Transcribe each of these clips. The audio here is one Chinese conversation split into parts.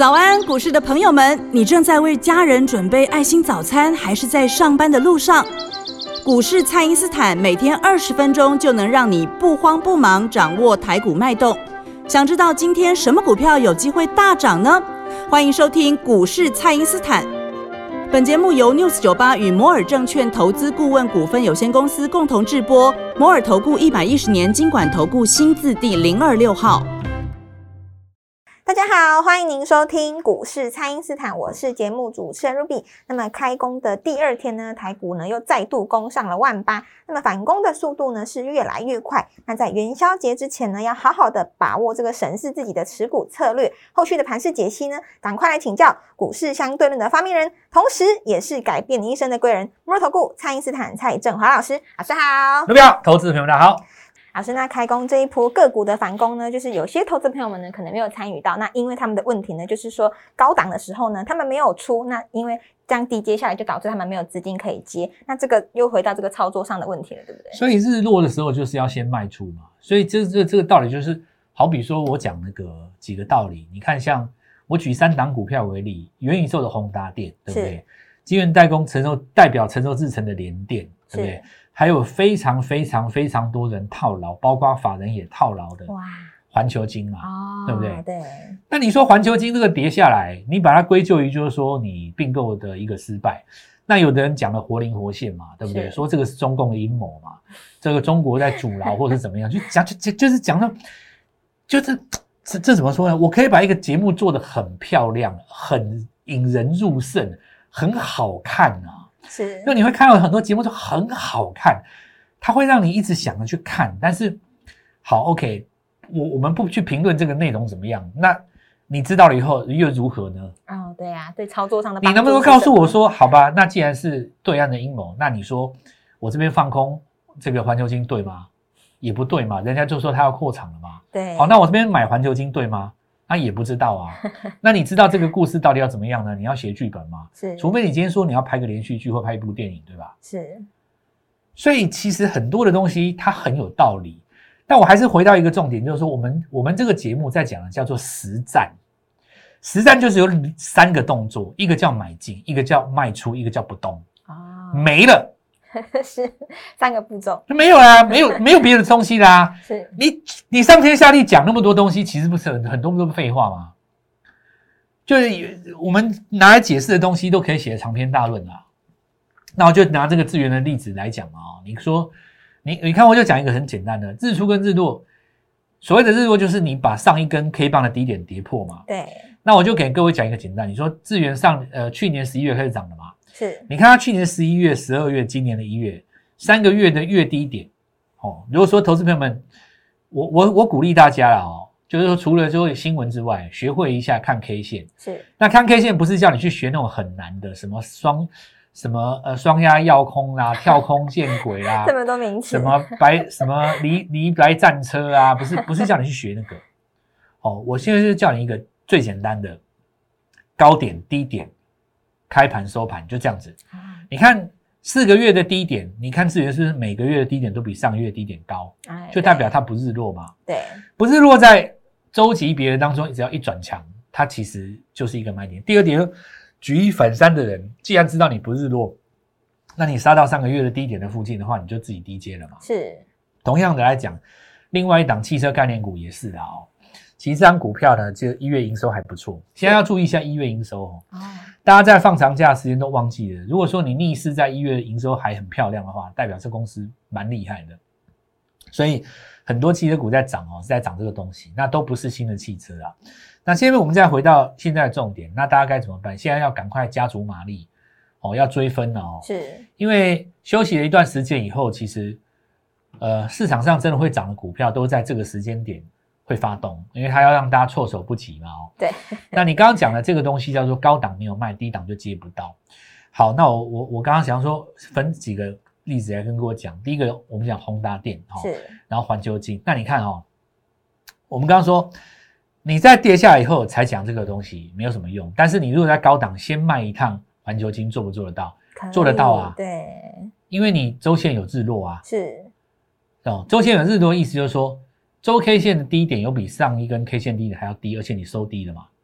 早安，股市的朋友们，你正在为家人准备爱心早餐，还是在上班的路上？股市蔡因斯坦每天20分钟就能让你不慌不忙掌握台股脉动。想知道今天什么股票有机会大涨呢？欢迎收听股市蔡因斯坦。本节目由 News98 与摩尔证券投资顾问股份有限公司共同制播，摩尔投顾110年金管投顾新字第026号。 大家好，欢迎您收听股市蔡因斯坦，我是节目主持人 Ruby。那么开工的第二天呢，台股呢又再度攻上了18000，那么反攻的速度呢是越来越快。那在元宵节之前呢，要好好的把握这个审视自己的持股策略。后续的盘势解析呢，赶快来请教股市相对论的发明人，同时也是改变你一生的贵人——摩尔投顾蔡因斯坦蔡正华老师。老师好。 Ruby好，投资朋友们大家好。 老师，那开工这一波个股的反攻呢，就是有些投资朋友们呢可能没有参与到，那因为他们的问题呢，就是说高档的时候呢，他们没有出，那因为这样低接下来就导致他们没有资金可以接，那这个又回到这个操作上的问题了，对不对？ 所以日落的时候就是要先卖出嘛，所以这个道理就是，好比说我讲那个几个道理，你看像我举3档股票为例，元宇宙的宏达电，对不对？晶圆代工代表成熟制程的联电，对不对？还有非常多人套牢，包括法人也套牢的环球晶嘛，对不对？对。那你说环球晶这个跌下来，你把它归咎于就是说你并购的一个失败，那有的人讲了活灵活现嘛，对不对？说这个是中共的阴谋嘛，这个中国在阻挠或者怎么样，就是讲到，就是这怎么说呢？我可以把一个节目做得很漂亮，很引人入胜，很好看啊。是，那你会看到很多节目就很好看，它会让你一直想着去看。但是，好 ，OK， 我们不去评论这个内容怎么样。那你知道了以后又如何呢？哦， 对啊，对操作上的帮助， 你能不能告诉我说，好吧？那既然是对岸的阴谋，那你说我这边放空这个环球晶对吗？也不对嘛，人家就说他要扩厂了嘛。对，好，那我这边买环球晶对吗？他也不知道啊，那你知道这个故事到底要怎么样呢？你要写剧本吗？是，除非你今天说你要拍个连续剧或拍一部电影，对吧？是，所以其实很多的东西它很有道理，但我还是回到一个重点，就是说我们这个节目在讲的叫做实战，实战就是有3个动作，一个叫买进，一个叫卖出，一个叫不动，没了。 是3个步骤， 没有啦，没有别的东西啦。是你上天下地讲那么多东西，其实不是很多都是废话吗？就是我们拿来解释的东西都可以写得长篇大论啦。那我就拿这个资源的例子来讲啊，你说你看，我就讲一个很简单的，日出跟日落。所谓的日落就是你把上一根 K 棒的低点跌破嘛。对。那我就给各位讲一个简单，你说资源去年11月开始涨的嘛。是，你看它去年11月、12月、今年的1月，3个月的月低点哦。如果说投资朋友们，我鼓励大家啦哦，就是说除了就新闻之外，学会一下看 K 线。是，那看 K 线不是叫你去学那种很难的什么双压药空啦、跳空见鬼啦， 这么多名词， 什么离白战车啊，不是叫你去学那个哦。我现在就叫你一个最简单的高点低点。开盘收盘就这样子，你看4个月的低点，你看资源是不是每个月的低点都比上个月低点高，就代表它不日落嘛？对，不日落在周级别当中，只要一转强，它其实就是一个买点。第二点，举一反三的人，既然知道你不日落，那你杀到上个月的低点的附近的话，你就自己低接了嘛。是，同样的来讲，另外一档汽车概念股也是的哦。其实这张股票呢，就1月营收还不错，现在要注意一下1月营收哦。大家在放长假的时间都忘记了，如果说你逆势在1月营收还很漂亮的话，代表这公司蛮厉害的。所以很多汽车股在涨哦，是在涨这个东西，那都不是新的汽车啊。那现在我们再回到现在的重点，那大家该怎么办？现在要赶快加足马力哦，要追分了哦。是，因为休息了一段时间以后，其实市场上真的会涨的股票都在这个时间点会发动，因为它要让大家措手不及嘛哦。对。那你刚刚讲的这个东西叫做高档没有卖，低档就接不到。好，那我刚刚想说分几个例子来跟各位讲。第一个我们讲宏达电哦，是，然后环球晶。那你看哦，我们刚刚说你在跌下来以后才讲这个东西没有什么用，但是你如果在高档先卖一趟环球晶，做不做得到？做得到啊。对，因为你周线有日落啊。是。哦，周线有日落的意思就是说，周 K 线的低点有比上一根 K 线低点还要低，而且你收低了嘛。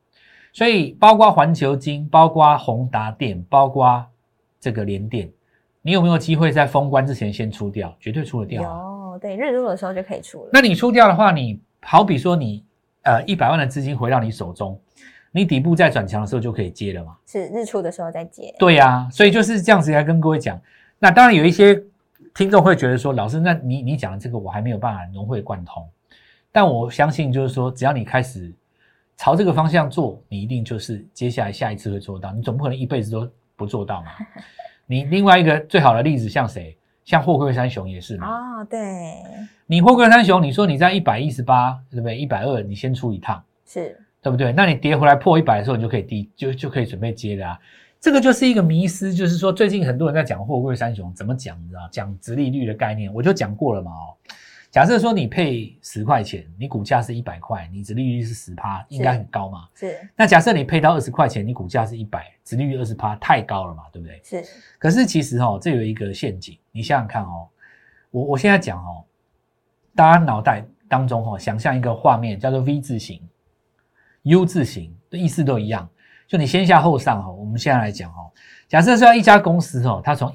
所以包括环球金，包括宏达电，包括这个联电，你有没有机会在封关之前先出掉？绝对出得掉有，对，日出的时候就可以出了。 那你出掉的话，你好比说你100万的资金回到你手中，你底部在转强的时候就可以接了嘛。 是日出的时候再接。 对啊，所以就是这样子来跟各位讲。那当然有一些听众会觉得说，老师，那你讲的这个我还没有办法融会贯通。但我相信就是说，只要你开始朝这个方向做，你一定就是接下来下一次会做到。你总不可能一辈子都不做到嘛。你另外一个最好的例子像谁？像货柜三雄也是嘛。 哦，对， 你货柜三雄，你说你在118，对不对？120你先出一趟， 是， 对不对？那你跌回来破100的时候，你就可以就可以准备接了啊。这个就是一个迷思，就是说最近很多人在讲货柜三雄怎么讲，你知道？讲殖利率的概念，我就讲过了嘛。假设说你配10块钱，你股价是100块，你殖利率是 10%， 应该很高嘛。 是。 那假设你配到20块钱，你股价是100，殖利率 20%， 太高了嘛，对不对？ 是。 可是其实这有一个陷阱，你想想看我现在讲大家脑袋当中想象一个画面，叫做 V 字形、U 字形，的意思都一样。就你先下后上我们现在来讲假设说一家公司它从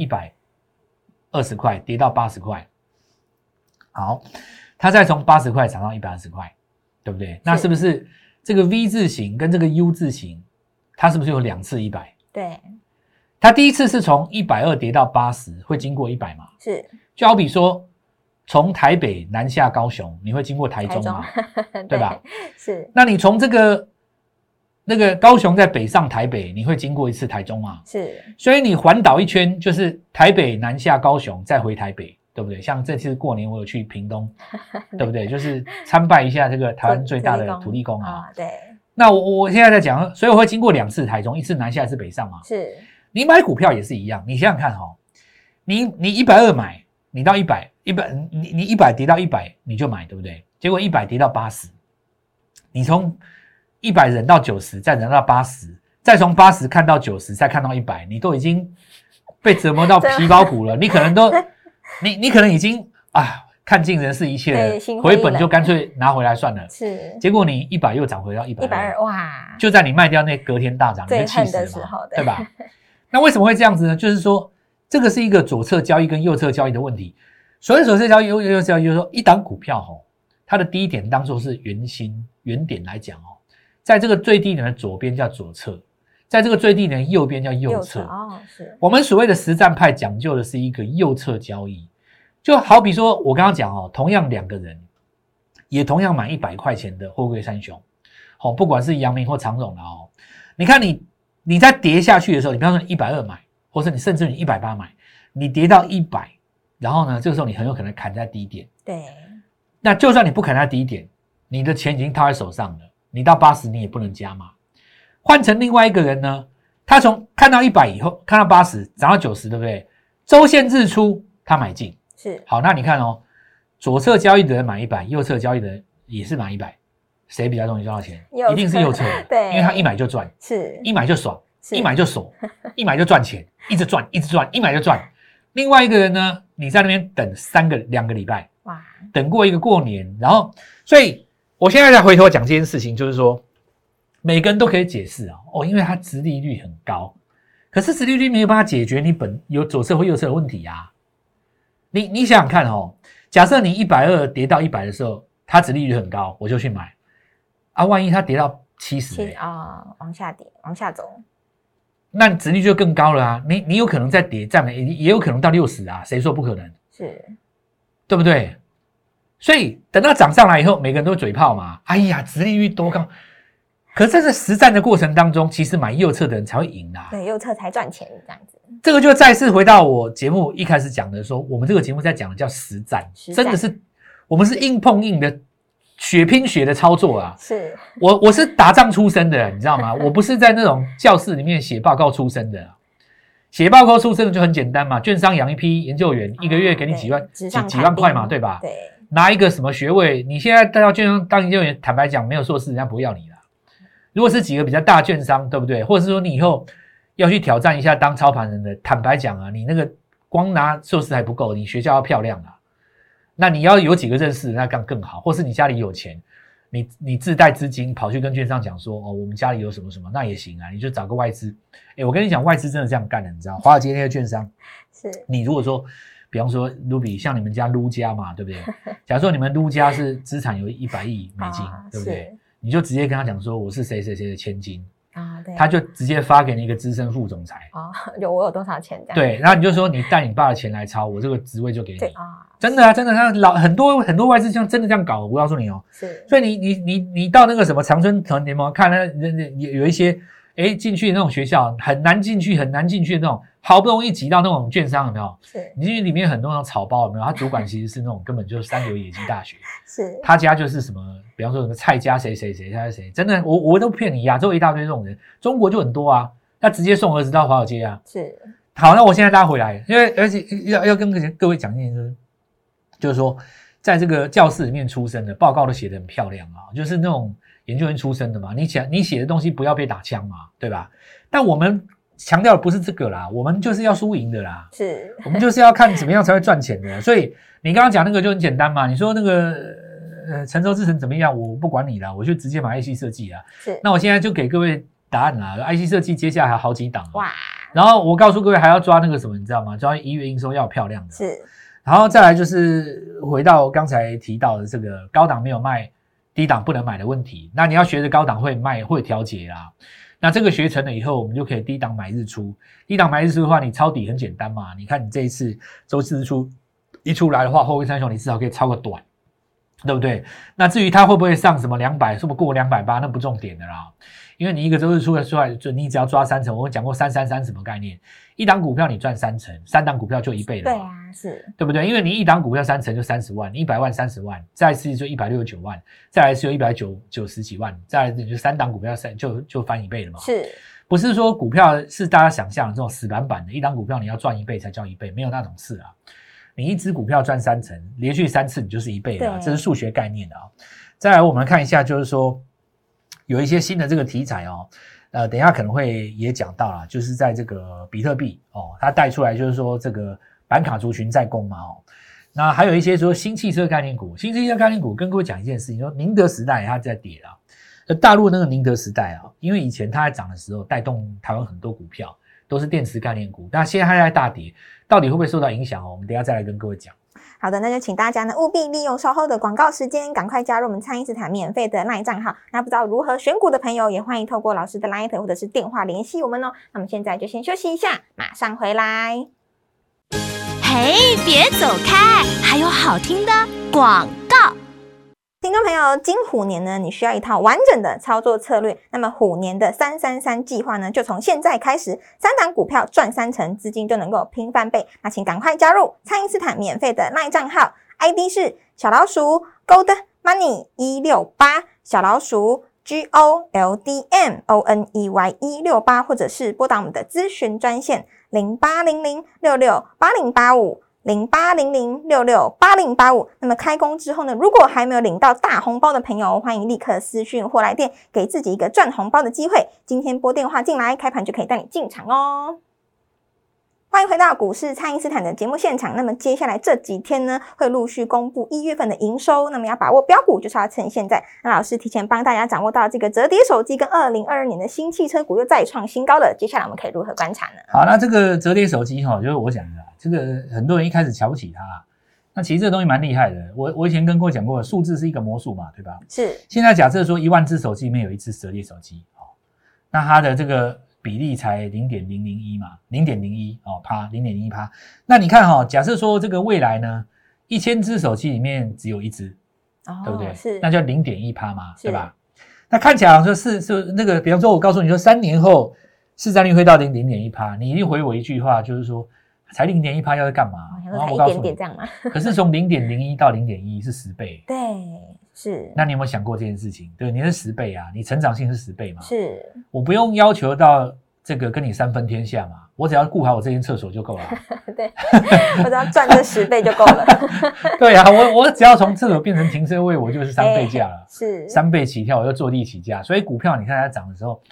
120块跌到80块。好，它再从80块涨到120块，对不对？那是不是这个 V 字形跟这个 U 字形，它是不是有2次100？ 对， 它第一次是从120跌到80，会经过100嘛？ 是， 就好比说从台北南下高雄，你会经过台中嘛？对吧？ 是。 那你从那个高雄在北上台北，你会经过一次台中嘛？ 是。 所以你环岛一圈，就是台北南下高雄，再回台北。对不对？像这次过年我有去屏东，对不对？就是参拜一下这个台湾最大的土地公啊。 对。 那我现在在讲，所以我会经过2次台中，一次南下，一次北上嘛。 是。 你买股票也是一样，你想想看你120买，你到100，你100跌到100你就买，对不对？结果100跌到80，你从100忍到90，再忍到80，再从80看到90，再看到100，你都已经被折磨到皮包骨了，你可能都。你可能已经看尽人世一切了，回本就干脆拿回来算了。 是， 结果你100又涨回到120， 哇！ 就在你卖掉那隔天大涨，你就气死了嘛，对吧？那为什么会这样子呢？就是说这个是一个左侧交易跟右侧交易的问题。所谓左侧交易、右侧交易，就是说一档股票它的低点当作是原点来讲在这个最低点的左边叫左侧。在这个最低点的右边叫右侧是我们所谓的实战派讲究的是一个右侧交易，就好比说我刚刚讲同样2个人也同样买100块钱的货柜三雄不管是阳明或长荣你看你在跌下去的时候，你比方说你120买，或是你甚至你180买，你跌到100，然后呢这个时候你很有可能砍在低点。 对， 那就算你不砍在低点，你的钱已经套在手上了，你到80你也不能加码。换成另外一个人呢，他从看到100以后，看到80涨到90，对不对？周线日出他买进， 是。 好，那你看左侧交易的人买100，右侧交易的人也是买100，谁比较容易赚到钱？一定是右侧的， 对， 因为他一买就赚， 是， 一买就爽，一买就锁，一买就赚钱，一直赚，一直赚，一买就赚。另外一个人呢，你在那边等2个礼拜，哇，等过一个过年，然后，所以我现在再回头讲这件事情，就是说。每个人都可以解释因为它殖利率很高，可是殖利率没有办法解决你有左侧或右侧的问题啊。你想想看假设你120跌到100的时候，它殖利率很高，我就去买万一它跌到70 往下跌，往下走， 那殖利率就更高了啊。你有可能再跌再买，也有可能到60啊，谁说不可能？ 是， 对不对？所以等到涨上来以后，每个人都嘴炮嘛，哎呀，殖利率多高。可是在这实战的过程当中，其实买右侧的人才会赢啊。 对，右侧才赚钱这样子。 这个就再次回到我节目一开始讲的说，我们这个节目在讲的叫实战，真的是我们是硬碰硬的，血拼血的操作啊。 是， 我是打仗出身的，你知道吗？我不是在那种教室里面写报告出身的。写报告出身的就很简单嘛，券商养一批研究员，一个月给你几万块嘛，对吧？ 对。 拿一个什么学位，你现在到券商当研究员，坦白讲，没有硕士，人家不会要你了。如果是几个比较大券商，对不对？或者是说你以后要去挑战一下当操盘人的，坦白讲你那个光拿硕士还不够，你学校要漂亮啊。那你要有几个认识，那更好，或是你家里有钱， 你自带资金跑去跟券商讲说，哦，我们家里有什么什么，那也行啊，你就找个外资。我跟你讲，外资真的这样干的，你知道，华尔街那些券商， 是你如果说，比方说Ruby，像你们家撸家嘛，对不对？假如说你们撸家是资产有100亿美金，对不对？你就直接跟他讲说，我是谁谁谁的千金。 对， 他就直接发给你一个资深副总裁我有多少钱这样？ 对，然后你就说你带你爸的钱来抄，我这个职位就给你。真的啊，真的，他很多外资真的这样搞，我告诉你哦。 是， 所以你到那个什么长春藤联盟看那有一些进去那种学校很难进去的那种，好不容易挤到那种券商有没有？ 是， 你进去里面很多那种草包有没有？他主管其实是那种根本就是三流野鸡大学， 是他家就是什么，比方说什么蔡家谁，他谁，真的我都骗你，亚洲一大堆这种人，中国就很多啊，他直接送儿子到华尔街啊。 是， 好，那我现在拉回来，因为而且要跟各位讲一件事，就是说在这个教室里面出生的报告都写得很漂亮啊，就是那种研究员出身的嘛，你写的东西不要被打枪嘛，对吧？但我们强调的不是这个啦，我们就是要输赢的啦， 是我们就是要看怎么样才会赚钱的。所以你刚刚讲那个就很简单嘛，你说那个成熟制程怎么样，我不管你啦，我就直接买 IC 设计啦。 是， 那我现在就给各位答案啦 ，IC 设计接下来还有好几档哇， 然后我告诉各位还要抓那个什么，你知道吗？抓1月营收要漂亮的。 是， 然后再来就是回到刚才提到的这个高档没有卖，低档不能买的问题。那你要学着高档会卖会调节啦。那这个学成了以后，我们就可以低档买日出。低档买日出的话，你抄底很简单嘛。你看你这一次周四日出一出来的话，后位三雄你至少可以抄个短，对不对？那至于它会不会上什么200，是不是过280，那不重点的啦。因为你一个周日出来，就你只要抓3成，我讲过333什么概念？一档股票你赚3成，3档股票就1倍了。 对啊，是， 对不对？因为你一档股票3成就30万，你100万30万，再一次就169万，再来一次就190几万，再来就3档股票就翻1倍了嘛。 是， 不是说股票是大家想象的这种死板板的，一档股票你要赚1倍才叫1倍，没有那种事啊。你一只股票赚3成，连续3次你就是1倍了，这是数学概念的啊。再来我们看一下，就是说有一些新的这个题材哦。等一下可能会也讲到啦，就是在这个比特币它带出来就是说这个板卡族群在攻嘛那还有一些说新汽车概念股，新汽车概念股跟各位讲一件事情，说宁德时代它在跌啦，大陆那个宁德时代因为以前它在涨的时候带动台湾很多股票都是电池概念股，但现在它在大跌，到底会不会受到影响我们等一下再来跟各位讲。 好的，那就请大家呢务必利用稍后的广告时间，赶快加入我们蔡因斯坦免费的 LINE 账号。那不知道如何选股的朋友，也欢迎透过老师的 LINE 或者是电话联系我们哦。那么现在就先休息一下，马上回来。 嘿，别走开，还有好听的广告。 听众朋友，金虎年呢，你需要一套完整的操作策略。那么虎年的333计划呢，就从现在开始，3档股票赚3成，资金就能够拼翻倍。那请赶快加入蔡因斯坦免费的 LINE 账号 ，ID 是小老鼠 Gold Money 168，小老鼠 GOLDMONEY 168，或者是拨打我们的咨询专线0800668085。0800668085。那么开工之后呢，如果还没有领到大红包的朋友，欢迎立刻私讯或来电，给自己一个赚红包的机会。今天拨电话进来，开盘就可以带你进场哦。欢迎回到股市蔡因斯坦的节目现场。那么接下来这几天呢，会陆续公布1月份的营收。那么要把握标股，就是要趁现在。那老师提前帮大家掌握到这个折叠手机跟2022年的新汽车股又再创新高了。接下来我们可以如何观察呢？ 好，那这个折叠手机就是我讲的这个很多人一开始瞧不起它那其实这个东西蛮厉害的。我以前跟各位讲过，数字是一个魔术嘛，对吧？是。现在假设说1万只手机里面有一只折叠手机那它的这个比例才 0.001 嘛 0.01 趴 0.01%。那你看假设说这个未来呢1000只手机里面只有一只对不对？是。那就 0.1% 嘛，对吧？那看起来说是那个，比方说我告诉你说3年后市占率会到 0.1%， 你一定回我一句话，就是说才 0.1% 要干嘛？然后我告诉你，一点点这样嘛。可是从 0.01 到 0.1 是10倍。 对，是。 那你有没有想过这件事情？对，你是10倍啊，你成长性是10倍嘛。 是。我不用要求到这个跟你3分天下嘛，我只要顾好我这间厕所就够了。 对，我只要赚这10倍就够了。 对啊，我只要从厕所变成停车位，我就是3倍价了。 是 3倍起跳，我就坐地起价。所以股票你看它涨的时候，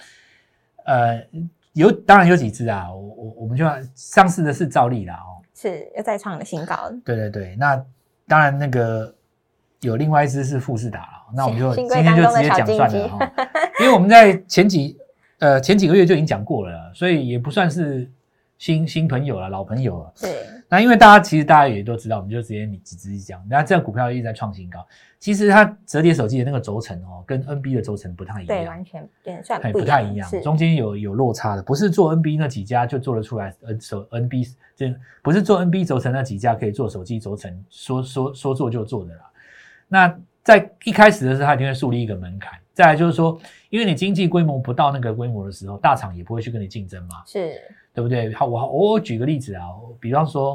当然有几只啊，我们就要上市的是兆利啦是又再创了新高。 对对对，那当然那个有另外一只是富士达啦， 那我们就新今天就直接讲算了因为我们在前几个月就已经讲过了，所以也不算是新朋友了，老朋友了。 对， 那因为大家也都知道，我们就直接讲，那这个股票一直在创新高。其实它折叠手机的那个轴承跟 NB 的轴承不太一样， 对，完全算不太一样，中间有落差的，不是做 NB 那几家就做得出来NB 这不是做 NB 轴承那几家可以做手机轴承说做就做的啦。那在一开始的时候，它一定会树立一个门槛。再来就是说，因为你经济规模不到那个规模的时候，大厂也不会去跟你竞争嘛， 是， 对不对？好，我举个例子啊，比方说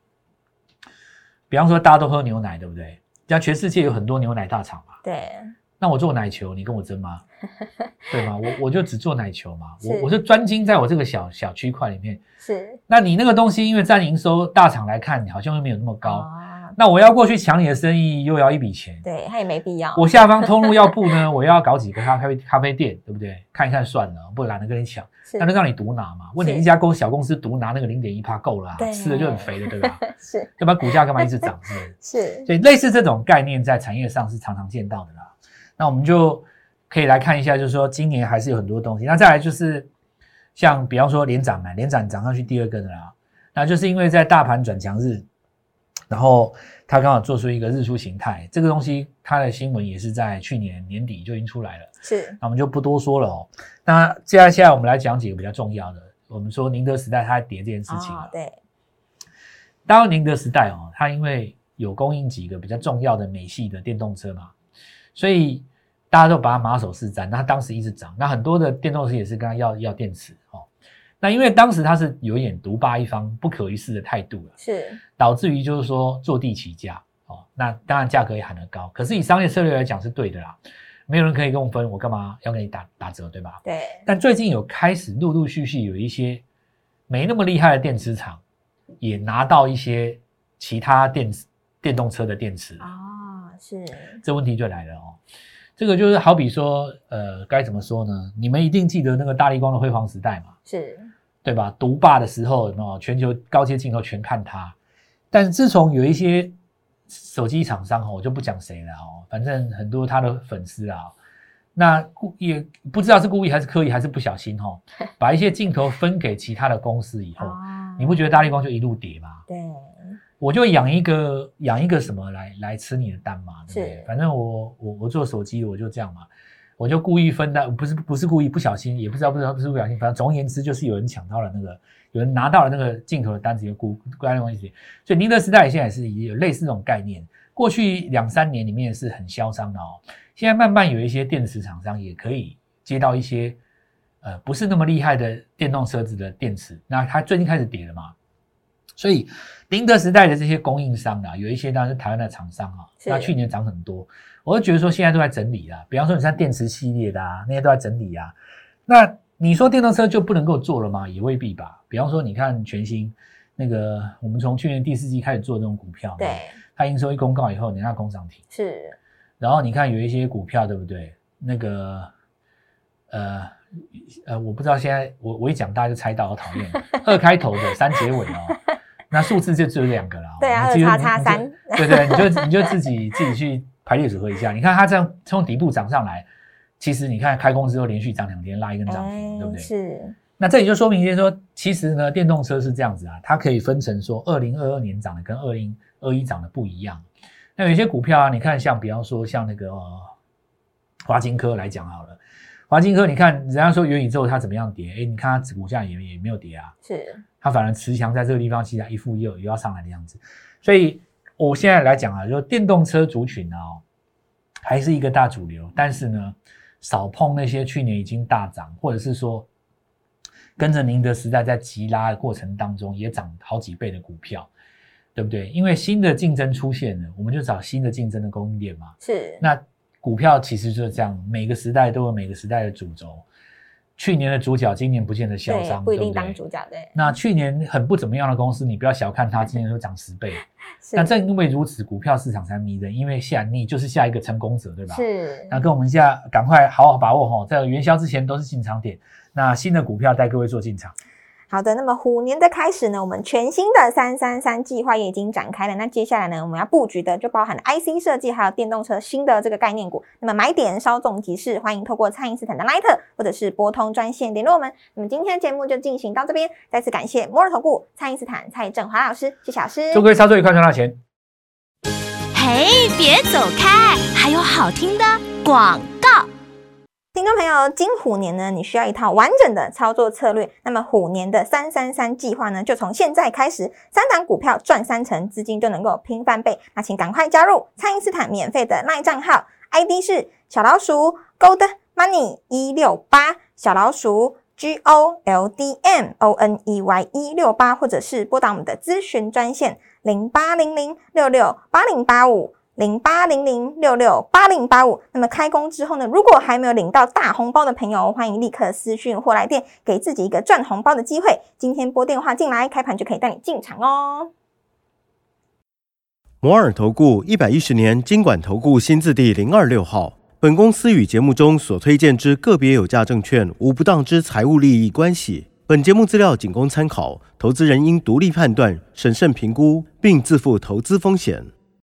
大家都喝牛奶，对不对？像全世界有很多牛奶大厂嘛， 对。 那我做奶球，你跟我争吗？对吗？我就只做奶球嘛，我是专精在我这个小区块里面。 是， 那你那个东西，因为占营收，大厂来看，好像又没有那么高。那我要过去抢你的生意，又要一笔钱， 对，他也没必要。 我下方通路要布呢，我要搞几个咖啡店，对不对？看一看算了，不懒得跟你抢，那就让你独拿嘛。问题一家小公司独拿那个 0.1% 够了吃了就很肥了，对吧？ 是， 要不然股价干嘛一直涨？是不是？ 是， 所以类似这种概念在产业上是常常见到的啦。那我们就可以来看一下，就是说今年还是有很多东西。那再来就是像比方说联涨涨上去第二根的啦，那就是因为在大盘转强日，然后它刚好做出一个日出形态，这个东西它的新闻也是在去年年底就已经出来了。 是， 那我们就不多说了哦。那接下来我们来讲几个比较重要的。我们说宁德时代它跌这件事情了。 对。 当然宁德时代它因为有供应几个比较重要的美系的电动车嘛，所以大家都把它马首是瞻。那它当时一直涨，那很多的电动车也是跟它要电池那因为当时它是有一点独霸一方、不可一世的态度了， 是导致于就是说坐地起价那当然价格也喊得高，可是以商业策略来讲是对的啦，没有人可以跟我分，我干嘛要给你打折，对吧？ 对。但最近有开始陆陆续续有一些没那么厉害的电池厂也拿到一些其他电动车的电池是，这问题就来了这个就是好比说该怎么说呢？你们一定记得那个大立光的辉煌时代嘛， 是， 对吧？独霸的时候全球高阶镜头全看它，但是自从有一些手机厂商我就不讲谁了反正很多他的粉丝那也不知道是故意还是刻意还是不小心把一些镜头分给其他的公司以后你不觉得大立光就一路跌吗？对，我就养一个什么来吃你的单嘛，对不对？反正我做手机我就这样嘛，我就故意分的，不是故意，不小心，也不知道不小心，反正总而言之就是有人抢到了有人拿到了那个镜头的单子，有大立光一起，所以宁德时代现在也是有类似这种概念。过去2-3年里面是很嚣张的现在慢慢有一些电池厂商也可以接到一些不是那么厉害的电动车子的电池，那它最近开始跌了嘛，所以宁德时代的这些供应商有一些当然是台湾的厂商那去年涨很多，我就觉得说现在都在整理啦，比方说你像电池系列的那些都在整理那你说电动车就不能够做了吗？也未必吧。比方说你看全新那个我们从去年第4季开始做这种股票，对，它营收一公告以后人家攻涨停，是，然后你看有一些股票对不对？那个我不知道现在我一讲大家就猜到，好讨厌2开头的3结尾那数字就只有2个了对啊，2XX3 对，你就自己去排列组合一下，你看它这样从底部涨上来，其实你看开工之后连续涨2天拉一根涨停，对不对？是。那这里就说明就是说，其实呢，电动车是这样子它可以分成说2022年涨的跟2021涨的不一样。那有一些股票你看比方说像那个华金科来讲好了，华金科你看人家说元宇宙它怎么样跌，你看它股价也没有跌是，它反而持强在这个地方，其实一副又要上来的样子。所以我现在来讲就电动车族群还是一个大主流，但是呢，少碰那些去年已经大涨，或者是说跟着宁德时代在急拉的过程当中也涨好几倍的股票，对不对？因为新的竞争出现了，我们就找新的竞争的供应链嘛。是。那股票其实就是这样，每个时代都有每个时代的主轴。去年的主角，今年不见得嚣张， 不一定当主角，对。 那去年很不怎么样的公司，你不要小看它，今年就涨10倍。那正因为如此，股票市场才迷人，因为你就是下一个成功者，对吧？是。那跟我们现在赶快好好把握在元宵之前都是进场点。那新的股票带各位做进场。 好的，那么虎年的开始呢，我们全新的333计划也已经展开了。那接下来呢，我们要布局的就包含了 IC 设计，还有电动车新的这个概念股。那么买点稍纵即逝，欢迎透过蔡因斯坦的 LINE 或者是拨通专线联络我们。那么今天的节目就进行到这边，再次感谢摩尔投顾蔡因斯坦蔡正华老师，谢谢老师。 祝各位操作愉快，赚到钱。 嘿，别走开，还有好听的广告。 听众朋友，金虎年呢，你需要一套完整的操作策略。那么虎年的333计划呢，就从现在开始，3档股票赚3成，资金就能够拼翻倍。那请赶快加入蔡因斯坦免费的 LINE 账号 ，ID 是小老鼠 Gold Money 168，小老鼠GOLDMONEY 168，或者是拨打我们的咨询专线0800668085。0800668085。那么开工之后呢，如果还没有领到大红包的朋友，欢迎立刻私讯或来电，给自己一个赚红包的机会。今天拨电话进来，开盘就可以带你进场哦。 摩尔投顾110年金管投顾新字第026号。本公司与节目中所推荐之个别有价证券无不当之财务利益关系。本节目资料仅供参考，投资人应独立判断、审慎评估，并自负投资风险。